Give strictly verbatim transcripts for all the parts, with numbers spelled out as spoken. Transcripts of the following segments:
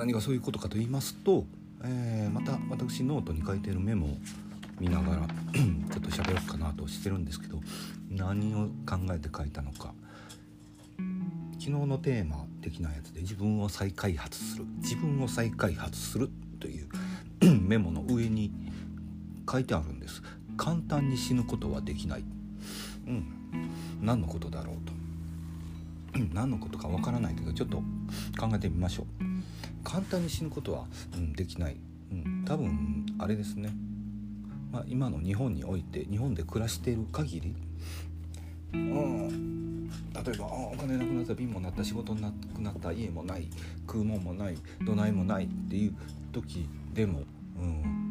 何がそういうことかと言いますと、えー、また私ノートに書いているメモを見ながらちょっと喋ろうかなとしてるんですけど、何を考えて書いたのか。昨日のテーマ的なやつで自分を再開発する自分を再開発するというメモの上に書いてあるんです。簡単に死ぬことはできない、うん、何のことだろうと何のことかわからないけどちょっと考えてみましょう。簡単に死ぬことは、うん、できない、うん、多分あれですね、まあ、今の日本において日本で暮らしている限り、うん、例えばお金なくなった、貧乏になった、仕事なくなった、家もない、食うもんもない、どないもないっていう時でも、うん、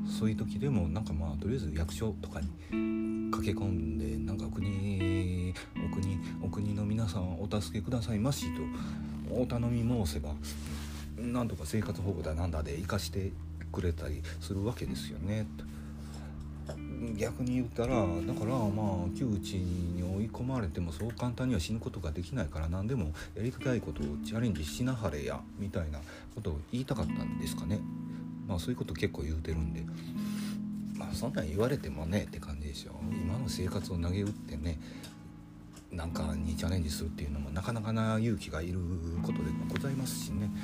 そういう時でもなんかまあとりあえず役所とかに駆け込んで、なんかお国お国お国の皆さんお助けくださいましとお頼み申せば、なんとか生活保護だなんだで生かしてくれたりするわけですよね。逆に言ったら、だからまあ窮地に追い込まれてもそう簡単には死ぬことができないから、何でもやりたいことをチャレンジしなはれやみたいなことを言いたかったんですかね。まあそういうこと結構言うてるんで、まあそんなん言われてもねって感じでしょ。今の生活を投げ打ってね、なんかにチャレンジするっていうのもなかなかな勇気がいることでもございますしね。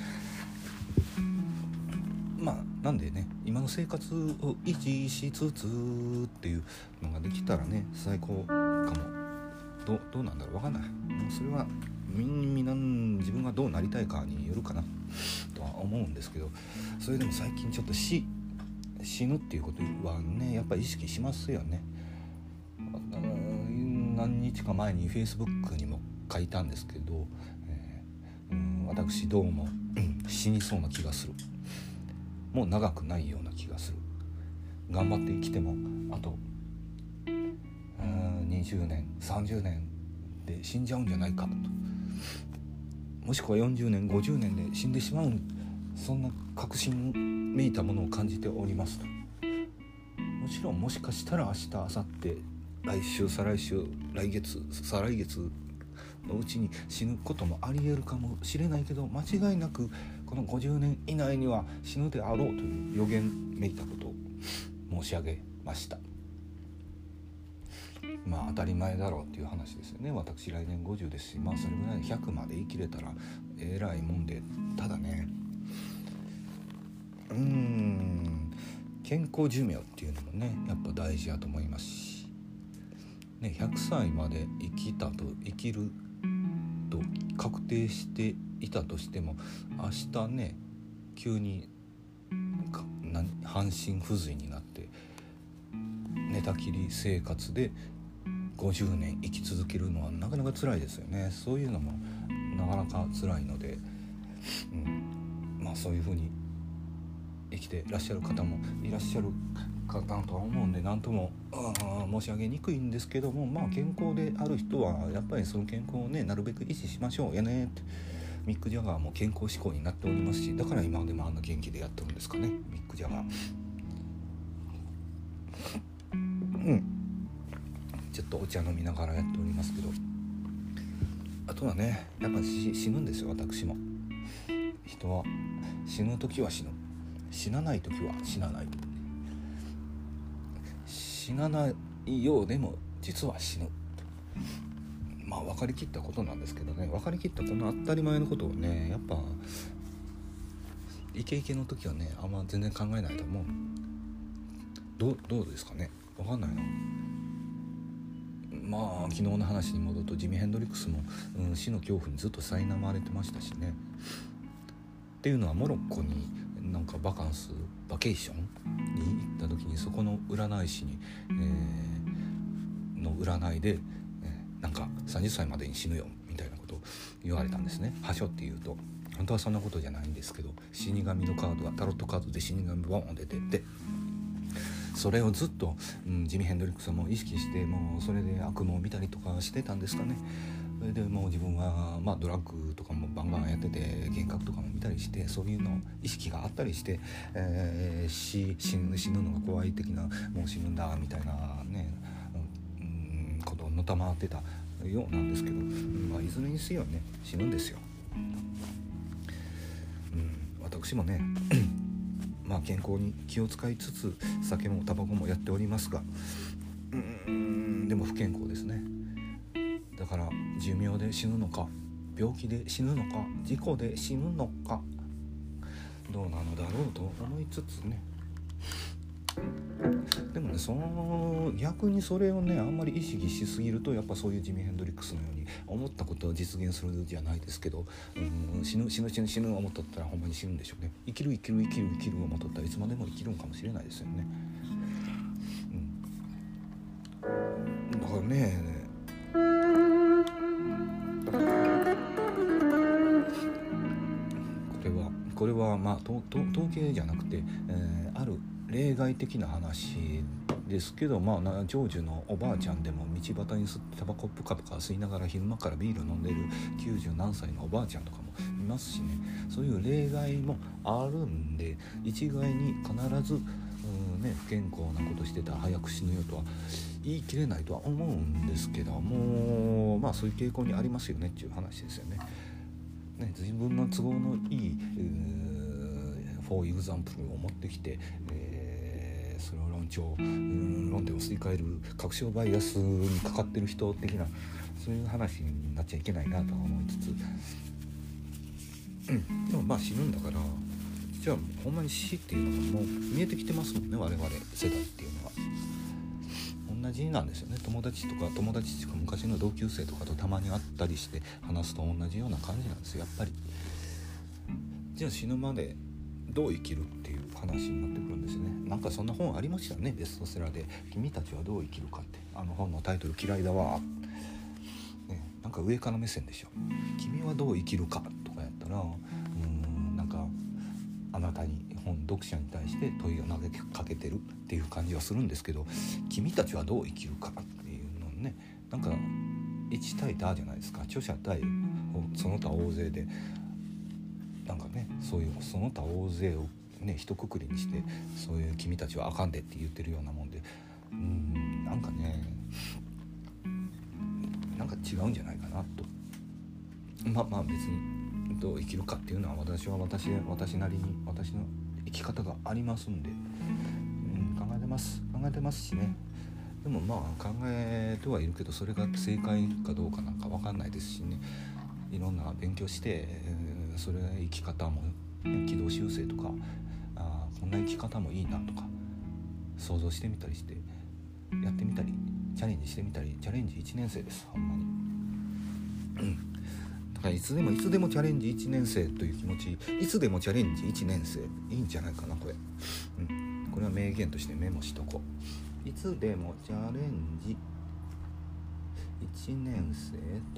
まあなんでね、今の生活を維持しつつっていうのができたらね最高かも。どう、どうなんだろう、わかんない。それはみんな自分がどうなりたいかによるかなとは思うんですけど、それでも最近ちょっと死死ぬっていうことはねやっぱり意識しますよね。何日か前に Facebook にも書いたんですけど、えー、うん私どうも死にそうな気がする。もう長くないような気がする。頑張って生きてもあとにじゅうねんさんじゅうねんで死んじゃうんじゃないかと、もしくはよんじゅうねんごじゅうねんで死んでしまう、そんな確信めいたものを感じておりますと。もちろんもしかしたら明日明後日来週再来週来月再来月のうちに死ぬこともあり得るかもしれないけど、間違いなくこのごじゅうねん以内には死ぬであろうという予言めいたことを申し上げました。まあ当たり前だろうっていう話ですよね。私来年ごじゅうですし、まあそれぐらいひゃくまで生きれたらえらいもんで、ただね、うーん健康寿命っていうのもねやっぱ大事やと思いますし、ね、ひゃくさいまで生きたと生きると確定していたとしても、明日ね急に半身不随になって寝たきり生活でごじゅうねん生き続けるのはなかなか辛いですよね。そういうのもなかなか辛いので、うん、まあそういうふうに生きてらっしゃる方もいらっしゃるかなとは思うんで、何とも申し上げにくいんですけども、まあ健康である人はやっぱりその健康をねなるべく維持しましょうやねって。ミック・ジャガーも健康志向になっておりますし、だから今までもあんな元気でやってるんですかね、ミック・ジャガー。うんちょっとお茶飲みながらやっておりますけど、あとはねやっぱ死ぬんですよ。私も人は死ぬ時は死ぬ、死なない時は死なない。死なないようでも実は死ぬ、まあ分かりきったことなんですけどね。分かりきったこの当たり前のことをねやっぱイケイケの時はねあんま全然考えないと思う。どう、どうですかね、分かんないな。まあ昨日の話に戻るとジミ・ヘンドリックスも、うん、死の恐怖にずっと苛まれてましたしね。っていうのはモロッコになんかバカンスバケーションに行った時に、そこの占い師に、えー、の占いで、えー、なんかさんじゅっさいまでに死ぬよみたいなことを言われたんですね。はしょって言うと本当はそんなことじゃないんですけど、死神のカードがタロットカードで死神がボーン出てて、それをずっと、うん、ジミ・ヘンドリックスも意識して、もうそれで悪夢を見たりとかしてたんですかね。それでもう自分は、まあ、ドラッグとかもバンバンやってて幻覚とかも見たりして、そういうの意識があったりして、えー、死, 死, ぬ死ぬのが怖い的な、もう死ぬんだみたいなね、うん、ことをのたまってたようなんですけど、まあ、いずれにせよね死ぬんですよ。うん、 私もねまあ健康に気を使いつつ酒もタバコもやっておりますが、うーんでも不健康ですね。だから寿命で死ぬのか、病気で死ぬのか、事故で死ぬのか、どうなのだろうと思いつつね。でもね、その逆にそれをねあんまり意識しすぎると、やっぱそういうジミー・ヘンドリックスのように思ったことを実現するじゃないですけど、うん、死ぬ死ぬ死ぬ死ぬ思っとったらほんまに死ぬんでしょうね。生きる生きる生きる生きる思っとったらいつまでも生きるんかもしれないですよね、うん、だからねこれはこれはまあ統計じゃなくて、えー、ある例外的な話ですけど、まあ長寿のおばあちゃんでも道端にタバコプカプカ吸いながら昼間からビール飲んでるきゅうじゅうなんさいのおばあちゃんとかもいますしね。そういう例外もあるんで、一概に必ず、うんね、不健康なことしてたら早く死ぬよとは言い切れないとは思うんですけども、まあそういう傾向にありますよねっていう話ですよね。ね、自分の都合のいいフォーエグザンプルを持ってきて、えー、それを論調、うん、論点をすり替える確証バイアスにかかってる人的な、そういう話になっちゃいけないなと思いつつ、うん、でもまあ死ぬんだから、じゃあほんまに死っていうのがもう見えてきてますもんね、我々世代っていうのは。同じなんですよね。友達とか友達とか昔の同級生とかとたまに会ったりして話すと同じような感じなんですよ、やっぱり。じゃあ死ぬまでどう生きるっていう話になってくるんですよね。なんかそんな本ありましたね、ベストセラーで。君たちはどう生きるかって、あの本のタイトル嫌いだわ、ね、なんか上から目線でしょ。君はどう生きるかとかやったら、うーんなんかあなたに本読者に対して問いを投げかけてるっていう感じはするんですけど、君たちはどう生きるかっていうのね、なんかいち対他じゃないですか。著者対その他大勢で、なんかね、そういうその他大勢をね一括りにして、そういう君たちはあかんでって言ってるようなもんで、うーんなんかねなんか違うんじゃないかなと。まあまあ別にどう生きるかっていうのは私は私私なりに私の生き方がありますんで、うん、考えてます考えてますしね。でもまあ考えてはいるけど、それが正解かどうかなんか分かんないですしね。いろんな勉強して、えー、それ生き方も、ね、軌道修正とか、あこんな生き方もいいなとか想像してみたりしてやってみたりチャレンジしてみたり。チャレンジいちねん生ですほんまに、うんだからいつでもいつでもチャレンジいちねん生という気持ち、いつでもチャレンジいちねん生いいんじゃないかなこれ、うん、これは名言としてメモしとこう。いつでもチャレンジいちねん生と。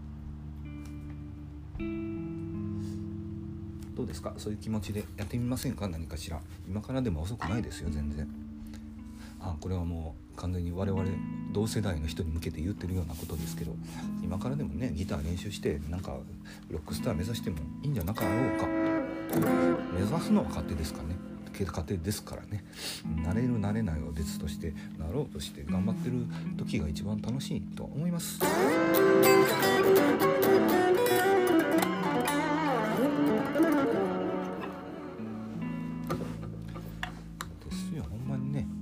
どうですか、そういう気持ちでやってみませんか、何かしら。今からでも遅くないですよ全然。あこれはもう完全に我々同世代の人に向けて言ってるようなことですけど、今からでもねギター練習してなんかロックスター目指してもいいんじゃなかろうか。目指すのは勝手ですかね、勝手ですからね。なれるなれないは別として、なろうとして頑張ってる時が一番楽しいと思います。ですよほんまにね。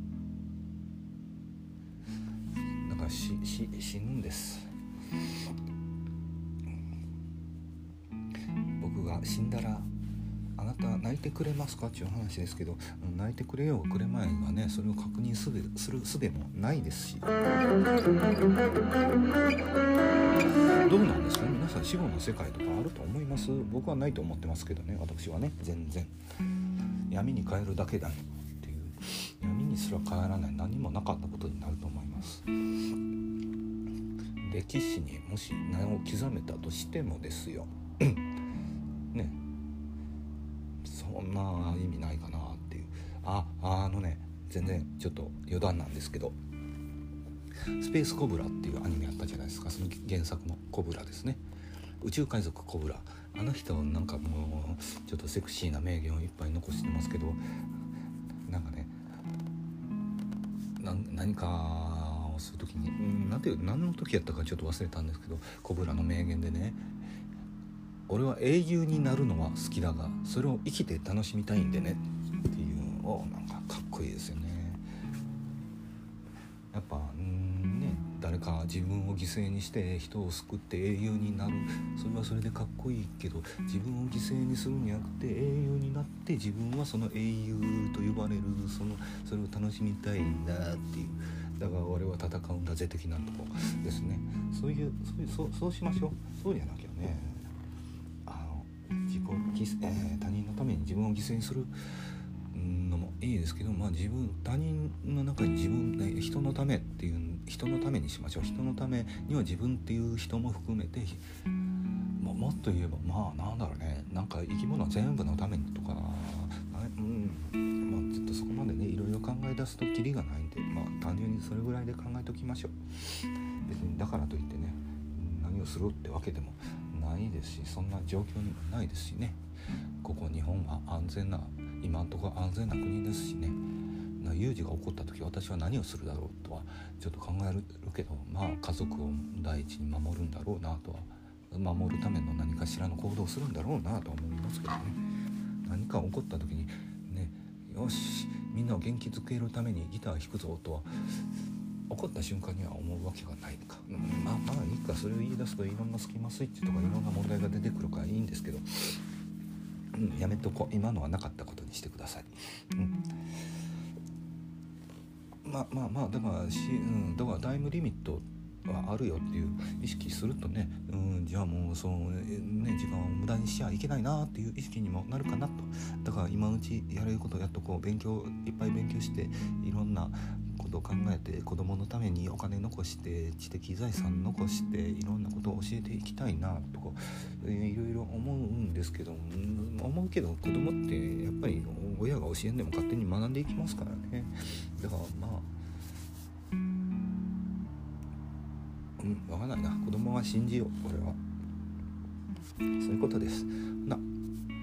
なんかしし死ぬんです。僕が死んだらあなた泣いてくれますかっていう話ですけど、泣いてくれようくれまいがね、それを確認するする術もないですし、どうなんですかね皆さん。死後の世界とかあると思います？僕はないと思ってますけどね。私はね全然闇に帰るだけだっていう、闇にすら帰らない何もなかったことになると思います。歴史にもし名を刻めたとしてもですよね、そんな意味ないかなっていう。ああのね全然ちょっと余談なんですけど、スペースコブラっていうアニメあったじゃないですか。その原作のコブラですね、宇宙海賊コブラ。あの人なんかもうちょっとセクシーな名言をいっぱい残してますけど、なんかねな何かをするときに、うん、なんていう何の時やったかちょっと忘れたんですけど、コブラの名言でね、 俺は英雄になるのは好きだがそれを生きて楽しみたいんでねっていうのをなんかかっこいいですよね。やっぱんね誰か自分を犠牲にして人を救って英雄になる、それはそれでかっこいいけど、自分を犠牲にするんじゃなくて英雄になって自分はその英雄と呼ばれるそのそれを楽しみたいんだっていう、だから俺は戦うんだぜ的なとこですね。そういうそういうそうそうしましょう。そうじゃなきゃね、あの自己犠牲、えー、他人のために自分を犠牲にするのもいいですけど、まあ自分他人の中に自分で人のためっていう人のためにしましょう。人のためには自分っていう人も含めて、も, もっと言えばまあなんだろうね、なんか生き物は全部のためにとか、うん、まあちょっとそこまでねいろいろ考え出すとキリがないんで、まあ単純にそれぐらいで考えておきましょう。別にだからといってね何をするってわけでもないですし、そんな状況にもないですしね。ここ日本は安全な今のところ安全な国ですしね、有事が起こった時私は何をするだろうとはちょっと考えるけど、まあ家族を第一に守るんだろうなとは、守るための何かしらの行動をするんだろうなとは思いますけどね。何か起こった時にね、よしみんなを元気づけるためにギター弾くぞとは起こった瞬間には思うわけがないか、うん、まあまあいいか、それを言い出すといろんなスキマスイッチとかいろんな問題が出てくるからいいんですけど、うん、やめとこう、今のはなかったことにしてください、うん、まあまあまあだからし、うん、だからタイムリミットはあるよっていう意識するとね、うん、じゃあもうそうね時間を無駄にしちゃいけないなっていう意識にもなるかなと。だから今のうちやれることをやっとこう、勉強いっぱい勉強していろんなことを考えて、子供のためにお金残して知的財産残していろんなことを教えていきたいなとか、えー、いろいろ思うんですけど、うん、思うけど子供ってやっぱり親が教えんでも勝手に学んでいきますからね。だからまあうん、わかんないな。子供は信じよう、俺は。そういうことです。な